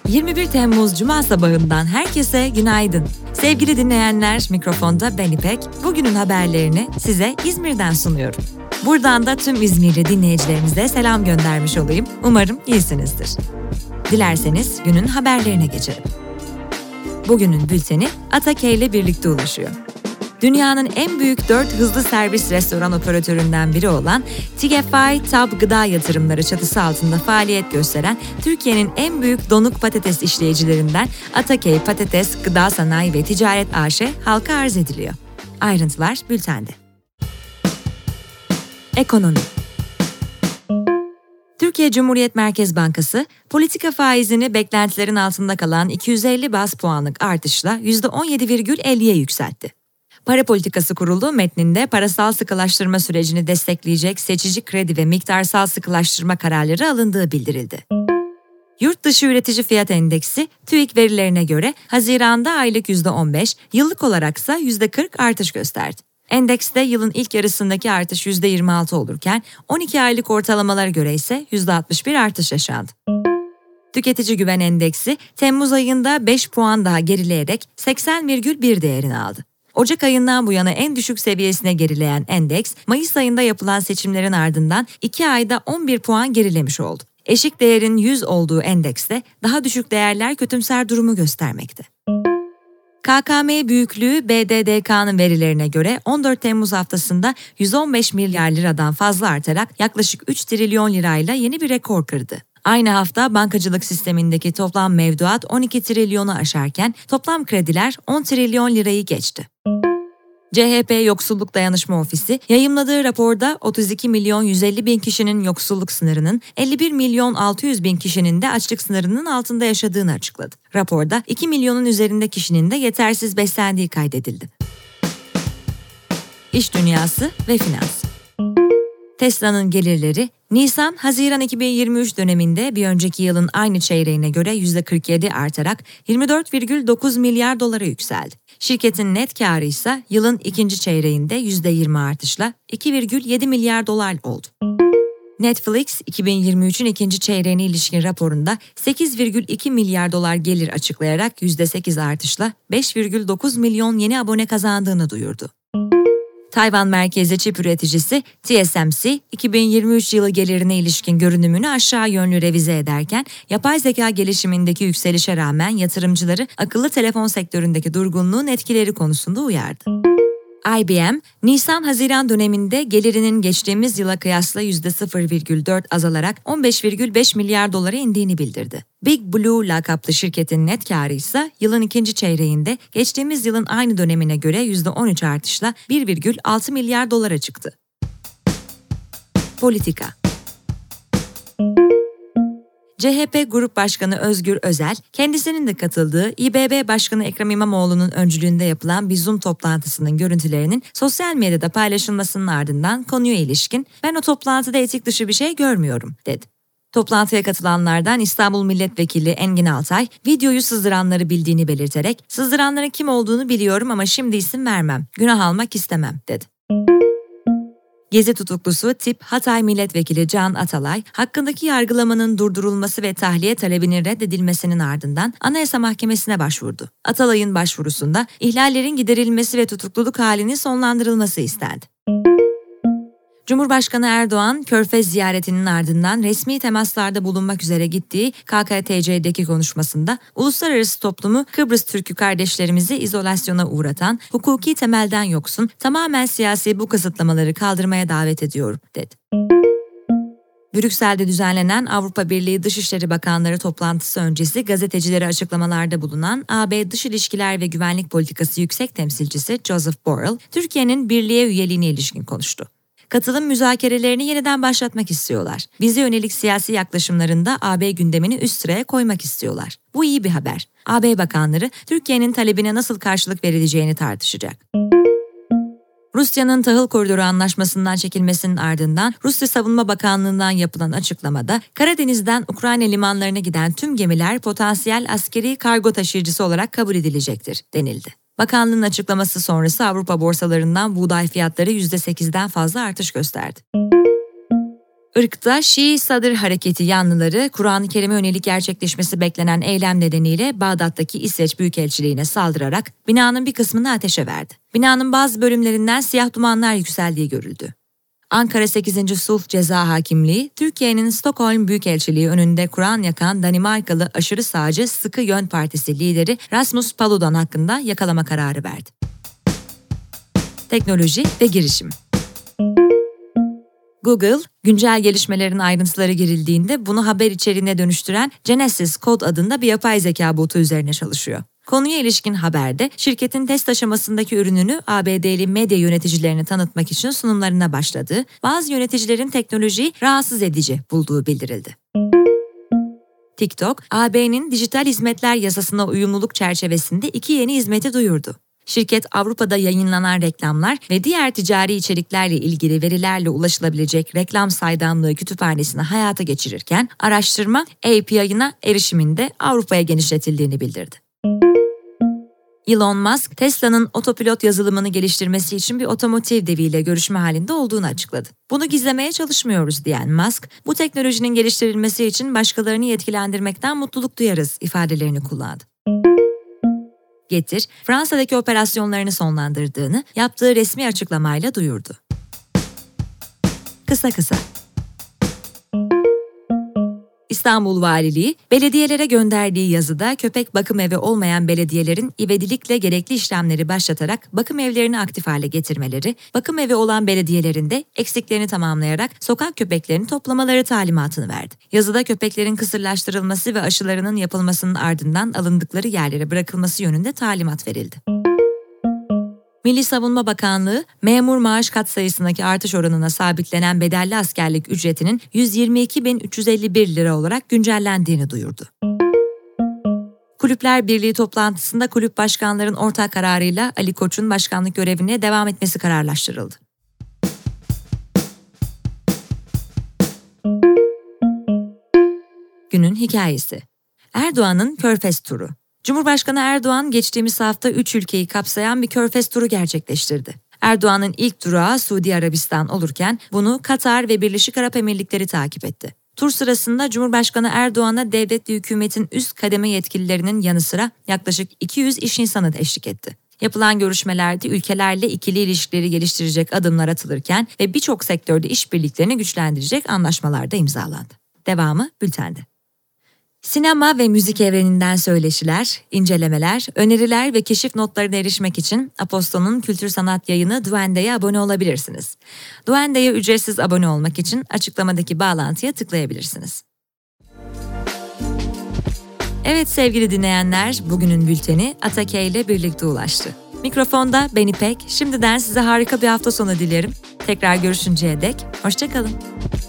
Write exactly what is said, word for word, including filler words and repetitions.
yirmi bir Temmuz Cuma sabahından herkese günaydın. Sevgili dinleyenler, mikrofonda ben İpek. Bugünün haberlerini size İzmir'den sunuyorum. Buradan da tüm İzmirli dinleyicilerimize selam göndermiş olayım. Umarım iyisinizdir. Dilerseniz günün haberlerine geçelim. Bugünün bülteni Atake ile birlikte ulaşıyor. Dünyanın en büyük dört hızlı servis restoran operatöründen biri olan T G F I Tab Gıda Yatırımları çatısı altında faaliyet gösteren Türkiye'nin en büyük donuk patates işleyicilerinden Atake Patates Gıda Sanayi ve Ticaret A Ş halka arz ediliyor. Ayrıntılar bültende. Ekonomi. Türkiye Cumhuriyet Merkez Bankası, politika faizini beklentilerin altında kalan iki yüz elli baz puanlık artışla yüzde on yedi virgül elliye yükseltti. Para Politikası Kurulu metninde parasal sıkılaştırma sürecini destekleyecek seçici kredi ve miktarsal sıkılaştırma kararları alındığı bildirildi. Yurt dışı üretici fiyat endeksi, TÜİK verilerine göre Haziran'da aylık yüzde on beş, yıllık olaraksa yüzde kırk artış gösterdi. Endekste yılın ilk yarısındaki artış yüzde yirmi altı olurken on iki aylık ortalamalara göre ise yüzde altmış bir artış yaşandı. Tüketici Güven Endeksi Temmuz ayında beş puan daha gerileyerek seksen virgül bir değerini aldı. Ocak ayından bu yana en düşük seviyesine gerileyen endeks, Mayıs ayında yapılan seçimlerin ardından iki ayda on bir puan gerilemiş oldu. Eşik değerin yüz olduğu endekste daha düşük değerler kötümser durumu göstermekte. K K M büyüklüğü B D D K'nın verilerine göre on dört Temmuz haftasında yüz on beş milyar liradan fazla artarak yaklaşık üç trilyon lirayla yeni bir rekor kırdı. Aynı hafta bankacılık sistemindeki toplam mevduat on iki trilyonu aşarken toplam krediler on trilyon lirayı geçti. C H P Yoksulluk Dayanışma Ofisi yayımladığı raporda otuz iki milyon yüz elli bin kişinin yoksulluk sınırının, elli bir milyon altı yüz bin kişinin de açlık sınırının altında yaşadığını açıkladı. Raporda iki milyonun üzerinde kişinin de yetersiz beslendiği kaydedildi. İş dünyası ve finans. Tesla'nın gelirleri, Nisan-Haziran iki bin yirmi üç döneminde bir önceki yılın aynı çeyreğine göre yüzde kırk yedi artarak yirmi dört virgül dokuz milyar dolara yükseldi. Şirketin net kârı ise yılın ikinci çeyreğinde yüzde yirmi artışla iki virgül yedi milyar dolar oldu. Netflix, iki bin yirmi üçün ikinci çeyreğine ilişkin raporunda sekiz virgül iki milyar dolar gelir açıklayarak yüzde sekiz artışla beş virgül dokuz milyon yeni abone kazandığını duyurdu. Tayvan merkezli çip üreticisi T S M C, iki bin yirmi üç yılı gelirine ilişkin görünümünü aşağı yönlü revize ederken, yapay zeka gelişimindeki yükselişe rağmen yatırımcıları akıllı telefon sektöründeki durgunluğun etkileri konusunda uyardı. I B M, Nisan-Haziran döneminde gelirinin geçtiğimiz yıla kıyasla yüzde sıfır virgül dört azalarak on beş virgül beş milyar dolara indiğini bildirdi. Big Blue lakaplı şirketin net kârı ise yılın ikinci çeyreğinde geçtiğimiz yılın aynı dönemine göre yüzde on üç artışla bir virgül altı milyar dolara çıktı. Politika. C H P Grup Başkanı Özgür Özel, kendisinin de katıldığı İ B B Başkanı Ekrem İmamoğlu'nun öncülüğünde yapılan bir Zoom toplantısının görüntülerinin sosyal medyada paylaşılmasının ardından konuya ilişkin "Ben o toplantıda etik dışı bir şey görmüyorum" dedi. Toplantıya katılanlardan İstanbul Milletvekili Engin Altay, videoyu sızdıranları bildiğini belirterek "Sızdıranların kim olduğunu biliyorum ama şimdi isim vermem, günah almak istemem" dedi. Gezi tutuklusu tip Hatay Milletvekili Can Atalay, hakkındaki yargılamanın durdurulması ve tahliye talebinin reddedilmesinin ardından Anayasa Mahkemesi'ne başvurdu. Atalay'ın başvurusunda ihlallerin giderilmesi ve tutukluluk halinin sonlandırılması istendi. Cumhurbaşkanı Erdoğan, Körfez ziyaretinin ardından resmi temaslarda bulunmak üzere gittiği K K T C'deki konuşmasında, uluslararası toplumu Kıbrıs Türk'ü kardeşlerimizi izolasyona uğratan, hukuki temelden yoksun, tamamen siyasi bu kısıtlamaları kaldırmaya davet ediyorum, dedi. Brüksel'de düzenlenen Avrupa Birliği Dışişleri Bakanları toplantısı öncesi gazetecilere açıklamalarda bulunan A B Dış İlişkiler ve Güvenlik Politikası Yüksek Temsilcisi Joseph Borrell, Türkiye'nin birliğe üyeliğine ilişkin konuştu. Katılım müzakerelerini yeniden başlatmak istiyorlar. Bize yönelik siyasi yaklaşımlarında A B gündemini üst sıraya koymak istiyorlar. Bu iyi bir haber. A B bakanları Türkiye'nin talebine nasıl karşılık verileceğini tartışacak. Rusya'nın Tahıl Koridoru Anlaşması'ndan çekilmesinin ardından Rusya Savunma Bakanlığı'ndan yapılan açıklamada Karadeniz'den Ukrayna limanlarına giden tüm gemiler potansiyel askeri kargo taşıyıcısı olarak kabul edilecektir denildi. Bakanlığın açıklaması sonrası Avrupa borsalarından buğday fiyatları yüzde sekizden fazla artış gösterdi. Irk'ta Şii Sadr Hareketi yanlıları, Kur'an-ı Kerim'e yönelik gerçekleşmesi beklenen eylem nedeniyle Bağdat'taki İsveç Büyükelçiliğine saldırarak binanın bir kısmını ateşe verdi. Binanın bazı bölümlerinden siyah dumanlar yükseldiği görüldü. Ankara sekizinci Sulh Ceza Hakimliği, Türkiye'nin Stockholm Büyükelçiliği önünde Kur'an yakan Danimarkalı aşırı sağcı Sıkı Yön Partisi lideri Rasmus Paludan hakkında yakalama kararı verdi. Teknoloji ve girişim. Google, güncel gelişmelerin ayrıntıları girildiğinde bunu haber içeriğine dönüştüren Genesis Code adında bir yapay zeka botu üzerine çalışıyor. Konuya ilişkin haberde şirketin test aşamasındaki ürününü A B D'li medya yöneticilerine tanıtmak için sunumlarına başladığı, bazı yöneticilerin teknolojiyi rahatsız edici bulduğu bildirildi. TikTok, A B'nin dijital hizmetler yasasına uyumluluk çerçevesinde iki yeni hizmeti duyurdu. Şirket, Avrupa'da yayınlanan reklamlar ve diğer ticari içeriklerle ilgili verilerle ulaşılabilecek reklam saydamlığı kütüphanesini hayata geçirirken, araştırma A P I'ına erişiminde Avrupa'ya genişletildiğini bildirdi. Elon Musk, Tesla'nın otopilot yazılımını geliştirmesi için bir otomotiv deviyle görüşme halinde olduğunu açıkladı. Bunu gizlemeye çalışmıyoruz diyen Musk, bu teknolojinin geliştirilmesi için başkalarını yetkilendirmekten mutluluk duyarız ifadelerini kullandı. Getir, Fransa'daki operasyonlarını sonlandırdığını yaptığı resmi açıklamayla duyurdu. Kısa kısa. İstanbul Valiliği, belediyelere gönderdiği yazıda köpek bakım evi olmayan belediyelerin ivedilikle gerekli işlemleri başlatarak bakım evlerini aktif hale getirmeleri, bakım evi olan belediyelerin de eksiklerini tamamlayarak sokak köpeklerini toplamaları talimatını verdi. Yazıda köpeklerin kısırlaştırılması ve aşılarının yapılmasının ardından alındıkları yerlere bırakılması yönünde talimat verildi. Milli Savunma Bakanlığı, memur maaş katsayısındaki artış oranına sabitlenen bedelli askerlik ücretinin yüz yirmi iki bin üç yüz elli bir lira olarak güncellendiğini duyurdu. Kulüpler Birliği toplantısında kulüp başkanların ortak kararıyla Ali Koç'un başkanlık görevine devam etmesi kararlaştırıldı. Günün hikayesi. Erdoğan'ın Körfez turu. Cumhurbaşkanı Erdoğan geçtiğimiz hafta üç ülkeyi kapsayan bir Körfez turu gerçekleştirdi. Erdoğan'ın ilk durağı Suudi Arabistan olurken bunu Katar ve Birleşik Arap Emirlikleri takip etti. Tur sırasında Cumhurbaşkanı Erdoğan'a devlet ve hükümetin üst kademe yetkililerinin yanı sıra yaklaşık iki yüz iş insanı da eşlik etti. Yapılan görüşmelerde ülkelerle ikili ilişkileri geliştirecek adımlar atılırken ve birçok sektörde işbirliklerini güçlendirecek anlaşmalar da imzalandı. Devamı bültende. Sinema ve müzik evreninden söyleşiler, incelemeler, öneriler ve keşif notlarına erişmek için Aposto'nun kültür sanat yayını Duende'ye abone olabilirsiniz. Duende'ye ücretsiz abone olmak için açıklamadaki bağlantıya tıklayabilirsiniz. Evet sevgili dinleyenler, bugünün bülteni Atake ile birlikte ulaştı. Mikrofonda ben İpek, şimdiden size harika bir hafta sonu dilerim. Tekrar görüşünceye dek, hoşça kalın.